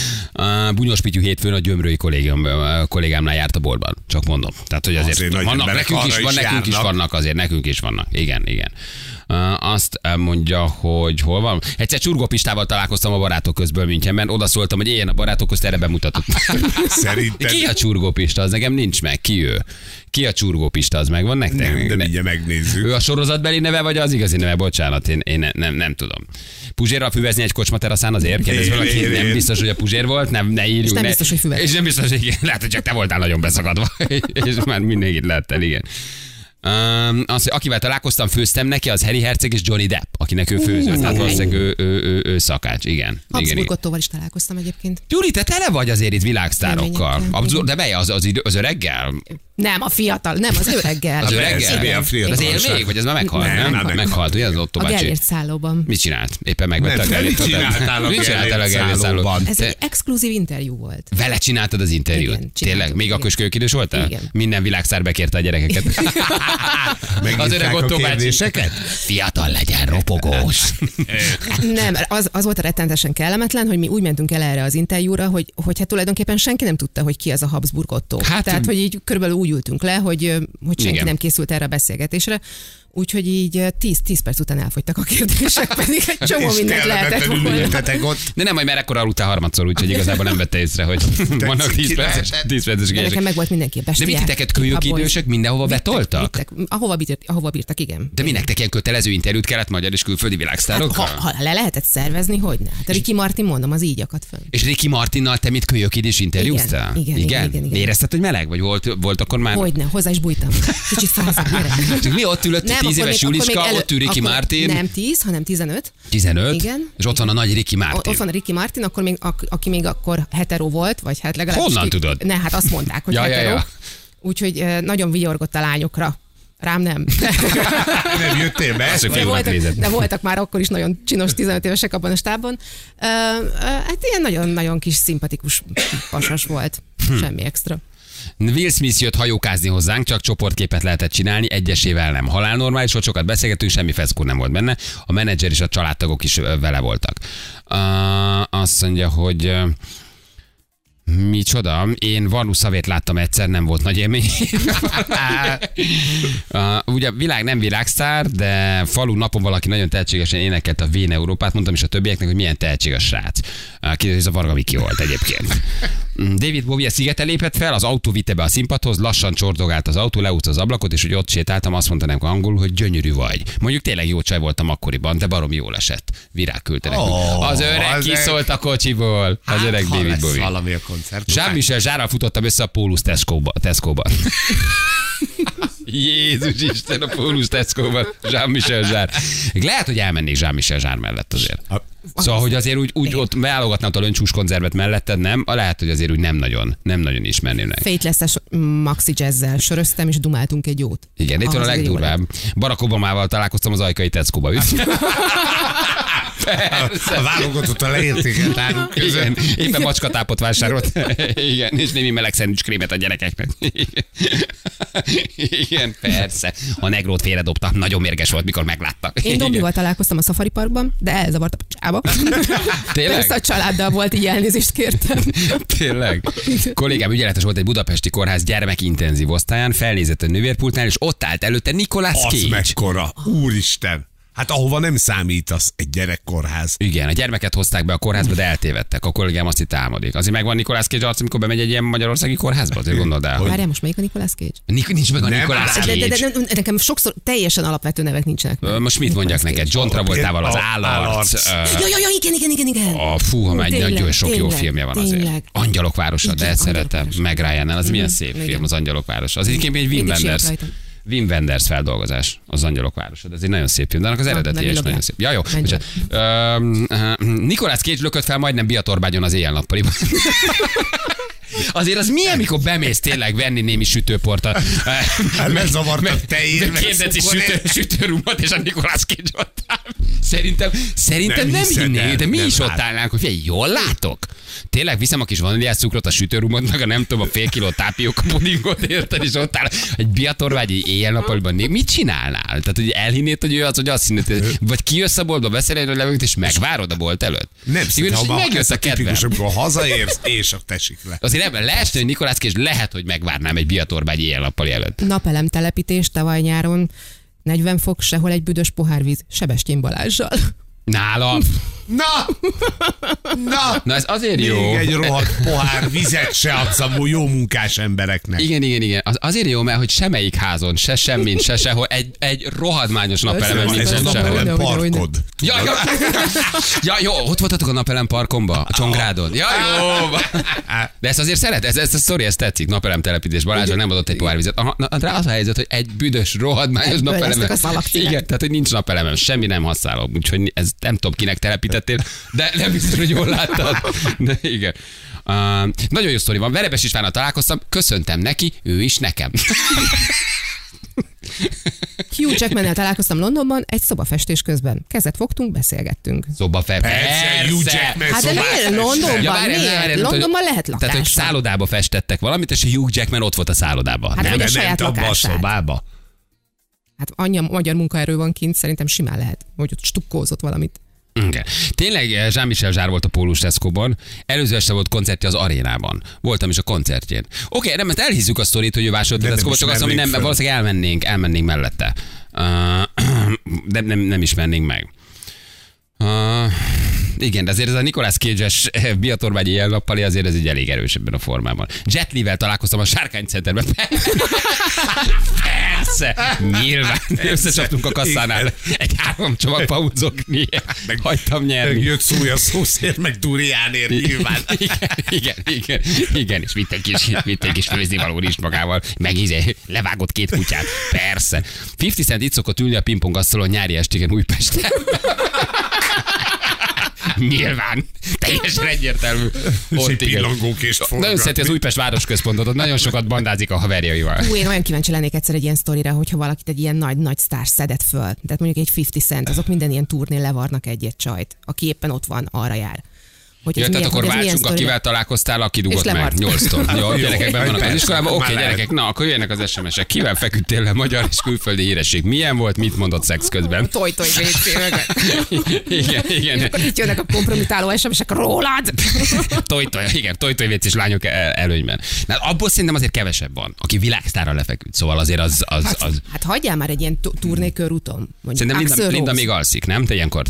A Bunyos Pityu hétfőn a gyömrői kollégám, kollégámnál járt a boltban. Csak mondom. Tehát, hogy azért, azért vannak, nekünk is, van, nekünk is vannak azért, nekünk is vannak. Igen, igen. Uh, azt mondja, hogy hol van. Egyszer Csurgó Pistával találkoztam a barátok közből Münchenben, oda szóltam, hogy éljen a barátok közt, erre bemutatott. Szerintem. Ki a Csurgó Pista? Az nekem nincs meg. Ki ő? Ki a Csurgó Pista? Az megvan nektek? Nem, de mindjárt megnézzük. Ő a sorozatbeli neve, vagy az igazi neve? Bocsánat, én, én ne, nem, nem tudom. Puzsérral füvezni egy kocsmateraszán azért? Kérdez valaki, nem biztos, hogy a Puzsér volt, nem, ne írjuk. És nem biztos, hogy füvez. És nem biztos, hogy lehet, hogy csak te voltál nagyon beszakadva. És már mindenkit láttal, igen. Um, az, akivel találkoztam, főztem neki, az Harry Herceg és Johnny Depp, akinek ő főzött. Uh, Tehát valószínűleg ő, ő, ő, ő szakács, igen. Habsburg Ottóval is találkoztam egyébként. Gyuri, te tele vagy azért itt világsztárokkal. Abszur, de mely az, az, az öreggel? Nem, a fiatal, nem, az öreggel. Az öreggel? Az él még, vagy az már meghalt, nem? nem? nem meghalt, ugye az Ottó bácsi? A Gellért szállóban. Mit csinált? Éppen megvette a Gellért. Mit csináltál a Gellért szállóban? Ez egy exkluzív interjú volt. Vele csináltad az interjút? Igen, tényleg? Még akkor is kölyökidős voltál? Igen. Minden világszár bekérte a gyerekeket. Az öreg Otto bácsi. Fiatal legyen, ropogós. Nem, az, az volt a rettenetesen kellemetlen, hogy mi úgy mentünk el erre az interjúra, hogy, hogy hát tulajdonképpen senki nem tudta, hogy ki az a Habsburg Otto. Hát, Tehát, hogy így körülbelül úgy ültünk le, hogy, hogy senki igen. nem készült erre a beszélgetésre. Úgyhogy így tíz perc után elfogytak a kérdések, pedig egy csomó mindent lehetett volna. De nem, majd már ekkor aludtál harmadszor, úgyhogy igazából nem vette észre, hogy vannak tíz perces kérdések. Nekem meg volt mindenki De mit titeket kölyök idősök mindenhova betoltak? Vittek, ahova, bírt, ahova bírtak, igen. De mi nektek ilyen kötelező interjút kellett magyar és külföldi világsztárokkal? Hát, ha, ha le lehetett szervezni, hogy ne. Hát Ricky Martin, mondom, az így akadt fel. És Ricky Martinnal te mit kölyök is interjúztál? Igen, igen, igen, igen. Érezted, hogy meleg? Vagy volt, volt akkor már? Hogyne, hozzá is bújtam. Kicsit fázom. Mi ott ülött tíz éves Juliska, ott ül Ricky Martin. Nem tíz, hanem tizenöt. tizenöt? Igen. És ott van a nagy Ricky Martin. Ott van a Ricky Martin, akkor még, aki még akkor hetero volt, vagy hát legalábbis... Honnan ki... tudod? Ne, hát azt mondták, hogy ja, hetero. Ja, ja. Úgyhogy nagyon vigyorgott a lányokra. Rám nem. Nem jöttél be? De voltak, de voltak már akkor is nagyon csinos tizenöt évesek abban a stábban. Uh, uh, hát ilyen nagyon-nagyon kis szimpatikus pasas volt. Semmi extra. Will Smith jött hajókázni hozzánk, csak csoportképet lehetett csinálni, egyesével nem. Halálnormális, hogy sokat beszélgettünk, semmi feszkó nem volt benne. A menedzser és a családtagok is vele voltak. Uh, azt mondja, hogy... Uh, micsoda? Én Varnus Szavét láttam egyszer, nem volt nagy élmény. uh, ugye világ nem világsztár, de falu napon valaki nagyon tehetségesen énekelt a Vén Európát, mondtam is a többieknek, hogy milyen tehetséges srác. Uh, Kérdez, ez a Varga Miki volt egyébként. David Bowie a szigeten lépett fel, az autó vitte be a színpadhoz, lassan csordogált az autó, leúszta az ablakot, és hogy ott sétáltam, azt mondta nekem angolul, hogy gyönyörű vagy. Mondjuk tényleg jó csaj voltam akkoriban, de baromi jól esett. Virág küldte nekünk. Oh, az öreg az kiszólt a kocsiból. Az öreg hát, David Bowie. Valami a koncert. Jean-Michel Zsárral futottam össze a Pólus Tesco-ba. Tesco-ba. Jézus Isten, a Pólus Tesco-ban. Jean-Michel Zsár. Lehet, hogy elmennék Jean-Michel Zsár mellett azért. Szóval, hogy azért úgy, úgy ott beállogatnám a löncshús konzervet melletted, nem? Lehet, hogy azért úgy nem nagyon, nem nagyon ismerném. Faithless-es maxi jazzzel söröztem, és dumáltunk egy jót. Igen, itt van a legdurvább. Barack Obamával találkoztam az ajkai Tesco-ba. Persze. A válogatott a leértékelt áruk között. Igen, éppen macskatápot vásárolt. Igen, és némi meleg szendvicskrémet a gyerekeknek. Igen. Igen, persze. A negrót félredobta. Nagyon mérges volt, mikor megláttak. Én Dombival találkoztam a Safari Parkban, de elzavart a picsába. Tényleg? Persze a családdal volt, így elnézést kértem. Tényleg? Kollégám ügyeletes volt egy budapesti kórház gyermekintenzív osztályán, felnézett a nővérpultnál, és ott állt előtte Nicolas Cage. Az mekkora, úristen! Hát ahova nem számítasz egy gyerekkórház. Igen, a gyermeket hozták be a kórházba, de eltévedtek. A kollégám azt itt álmodik. Azért megvan Nicolas Cage arc, amikor bemegy egy ilyen magyarországi kórházba? Azért gondold el. Várjál, most melyik a Nicolas Cage? Nik- nincs meg a Nem, Nicolas Cage. De, de, de, de, nekem sokszor teljesen alapvető nevek nincsenek. Most mit mondjak neked? John Travoltával az állarc. Ja, ja, ja, igen, igen, igen, igen. A fú, ha megy, nagyon sok jó filmje van azért. Tényleg. Angyalok városa, de Igen, ezt szeretem. Angyalok Meg Ryan-nel, az milyen szép Igen. film, az Angyalok városa. Az egyébként egy Wim Mindig sírt Wenders. rajta. Wim Wenders feldolgozás, az Angyalok városa. De ez egy nagyon szép film, de annak az eredeti is nagyon szép. Ja, jó. Um, uh, Nicolas Cage lökött fel majdnem Biatorbágyon az éjjel-nappaliban. Azért az milyen, mikor bemész tényleg venni némi sütőportot. Hát megzavartad te ér. Kérdezi sütő, sütőrumot, és a Nicolas Cage ott áll. Szerintem, szerintem nem, nem hinnék, de mi nem is ott lát. állnánk, hogy figyelj, jól látok. Tényleg viszem a kis vaníliás cukrot a sütőrumot, meg a nem tudom, a fél kiló tápióka pudingot, érted, és ott áll egy Biatorvágyi éjjel-nappaliban. Mit csinálnál? Tehát, hogy elhinnéd, hogy ő az, hogy azt hinnéd, vagy kijössz a boltba, beszéled a levegőt, és megvárod a bolt előtt? Nem igen, és megjött a kedvem. amikor hazaérsz, és a tesik le. Azért ebben leesni, hogy Nicolas Cage lehet, hogy megvárnám egy Biatorvágyi éjjel-nappali előtt. Napelem telepítés tavaly nyáron, negyven fok, sehol egy büdös pohárvíz, Sebestyén Balázssal. Nálam. Na! Na! Na ez azért jó. Még egy rohadt pohár vizet se adsz a jó munkás embereknek. Igen, igen, igen. Az azért jó, mert hogy semmelyik házon, se semmin, se sehol, egy, egy rohadmányos napelemen Ez nincsen a sehol. napelem parkod. Ja, ja, ja, jó, ott voltatok a napelem parkomba, a Csongrádon. Ja, jó. De ezt azért szeret, ez, ez a sztori, ez tetszik, napelem telepítés. Balázsnak nem adott egy pohár vizet. Aha, na, rá az a helyzet, hogy egy büdös, rohadmányos napelemen. Igen, tehát hogy nincs napelemem, semmi nem használom, úgyhogy ez nem tudom, kinek telepítettél, de nem biztos, hogy jól láttad. De igen. Uh, nagyon jó sztori van. Verebes Istvánnal találkoztam, köszöntem neki, ő is nekem. Hugh Jackmannel találkoztam Londonban, egy szobafestés közben. Kezet fogtunk, beszélgettünk. Szobafestés. Persze, Hugh Jackman Hát de miért Londonban? Ja, várjál, miért? várjál, Londonban lehet lakás. Tehát, hogy szállodába festettek valamit, és Hugh Jackman ott volt a szállodában. Hát, nem? vagy a De saját ment abba a lakását. szobába. Hát annyi magyar munkaerő van kint, szerintem simán lehet, hogy ott stukkózott valamit. Okay. Tényleg Jean-Michel Jarre volt a Pólus Tesco-ban, előző este volt koncertje az Arénában. Voltam is a koncertjén. Oké, okay, nem, mert elhiszük a sztorit, hogy ő vásárolt a Tesco-ba, csak azt, hogy nem, valószínűleg elmennénk, elmennénk mellette. Uh, de nem, nem ismernénk meg. Uh, igen, de azért ez a Nicolas Cage-es Biatorványi éjjel-nappali azért ez így elég erős ebben a formában. Jet Li-vel találkoztam a Sárkány Centerben. Persze, nyilván. Összecsaptunk a kasszánál. Egy három csomag pauzokni. Hagytam nyerni. Jött szója szószér, meg duriánért nyilván. Igen, igen, igen, igen, és vitt egy kis, vitt egy kis főznivaló is magával. Meg izé, levágott két kutyát. Persze. fifty Cent itt szokott ülni a pingpongasztalon nyári estéken Újpesten. Nyilván. Teljesen egyértelmű. Ott pillangókést forgatni. Nagyon szereti az Újpest városközpontot, ott nagyon sokat bandázik a haverjaival. Hú, én olyan kíváncsi lennék egyszer egy ilyen sztorira, hogyha valakit egy ilyen nagy, nagy sztár szedett föl. Tehát mondjuk egy fifty Cent, azok minden ilyen turné levarnak egy-egy csajt, aki éppen ott van, arra jár. Hogy ja, tehát akkor váltsunk, akivel találkoztál, aki dugott meg nyolctól. Jó, gyerekek benn vannak az iskolában. Oké, okay, gyerekek, na, akkor jöjjenek az es em esek. Kivel feküdtél le, magyar és külföldi híresség? Milyen volt, mit mondott szex közben? Toj-toj vécé meg. Igen, igen. Akkor itt jönnek a kompromitáló es em esek rólad. Toj-toj, igen, toj-toj vécés lányok előnyben. Na, abból szerintem azért kevesebb van, aki világsztárra lefeküdt. Szóval azért az... az, hát, az... hát hagyjál már egy ilyen turnékörúton. Szerintem Linda, Linda még alszik, nem? Te ilyenkor?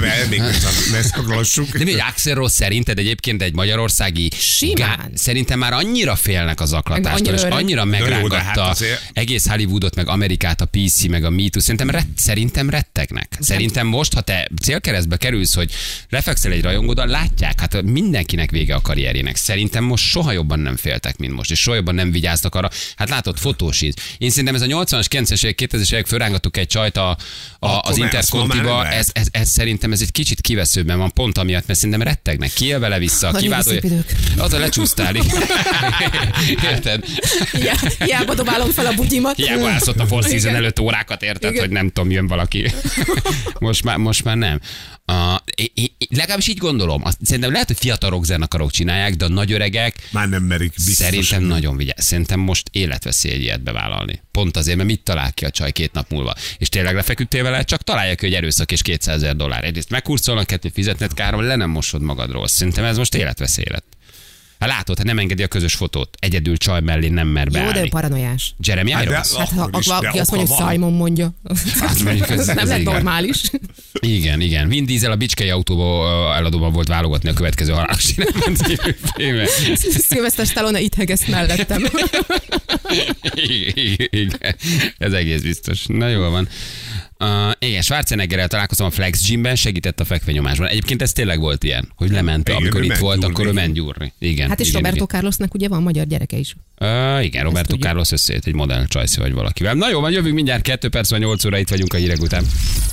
De még Axl Rose szerinted egyébként egy magyarországi gá... Szerintem már annyira félnek a zaklatástól, és annyira megrángatta hát egész Hollywoodot, meg Amerikát, a pé cé, meg a MeToo. Szerintem, rett, szerintem rettegnek. Szerintem most, ha te célkeresztbe kerülsz, hogy lefekszel egy rajongóddal, látják, hát mindenkinek vége a karrierjének. Szerintem most soha jobban nem féltek, mint most, és soha jobban nem vigyáztak arra. Hát látod, fotósít. Én szerintem ez a nyolcvanas, kilencvenes évek, kétezres évek fölrángattuk egy csajt a, a, az Intercontiba, ez, ez, ez, szerintem ez egy kicsit kiveszőben van, pont amiatt, mert szerintem rettegnek. Ki vele vissza, kivádolja. Az a lecsúsztál. Érted? Hiába dobálom fel a bugyimat. Hiába állszott a Four Seasons előtt órákat, érted, igen. Hogy nem tudom, jön valaki. Most már, most már nem. Uh, én, én, legalábbis így gondolom. Azt, szerintem lehet, hogy fiatal rockzenekarok csinálják, de a nagy öregek már nem merik. Szerintem nem. Nagyon vigyáz. Szerintem most életveszély egy ilyet bevállalni. Pont azért, mert mit talál ki a csaj két nap múlva. És tényleg lefeküdtél vele, csak találják, hogy erőszak és kétszázezer dollár. Egyrészt megkurcolnak, kettő fizetned káron, le nem mosod magadról. Szerintem ez most életveszély lett. Hát látod, hát nem engedi a közös fotót. Egyedül csaj mellé nem mer beállni. Jó, de paranoiás. Jeremy Irons? Hát, hát ha valaki azt mondja, hogy Simon mondja. Hát, ez, nem lett normális. Igen, igen. Vin Diesel a Bicskei autóban eladóban volt válogatni a következő halálos filmet. Sylvester Stallone itt hegesz mellettem. Igen, igen, ez egész biztos. Na jól van. Uh, igen, Schwarzeneggerrel találkozom a Flex Gymben, segített a fekvenyomásban. Egyébként ez tényleg volt ilyen, hogy lement, igen, amikor itt volt, gyúrni. Akkor ő ment gyúrni. Igen, hát és igen, Roberto igen. Carlosnak ugye van magyar gyereke is. Uh, igen, Roberto Carlos összejött egy modell csajszi vagy valakivel. Na jó, van, jövünk mindjárt, kettő perc van nyolc óra, itt vagyunk a hírek után.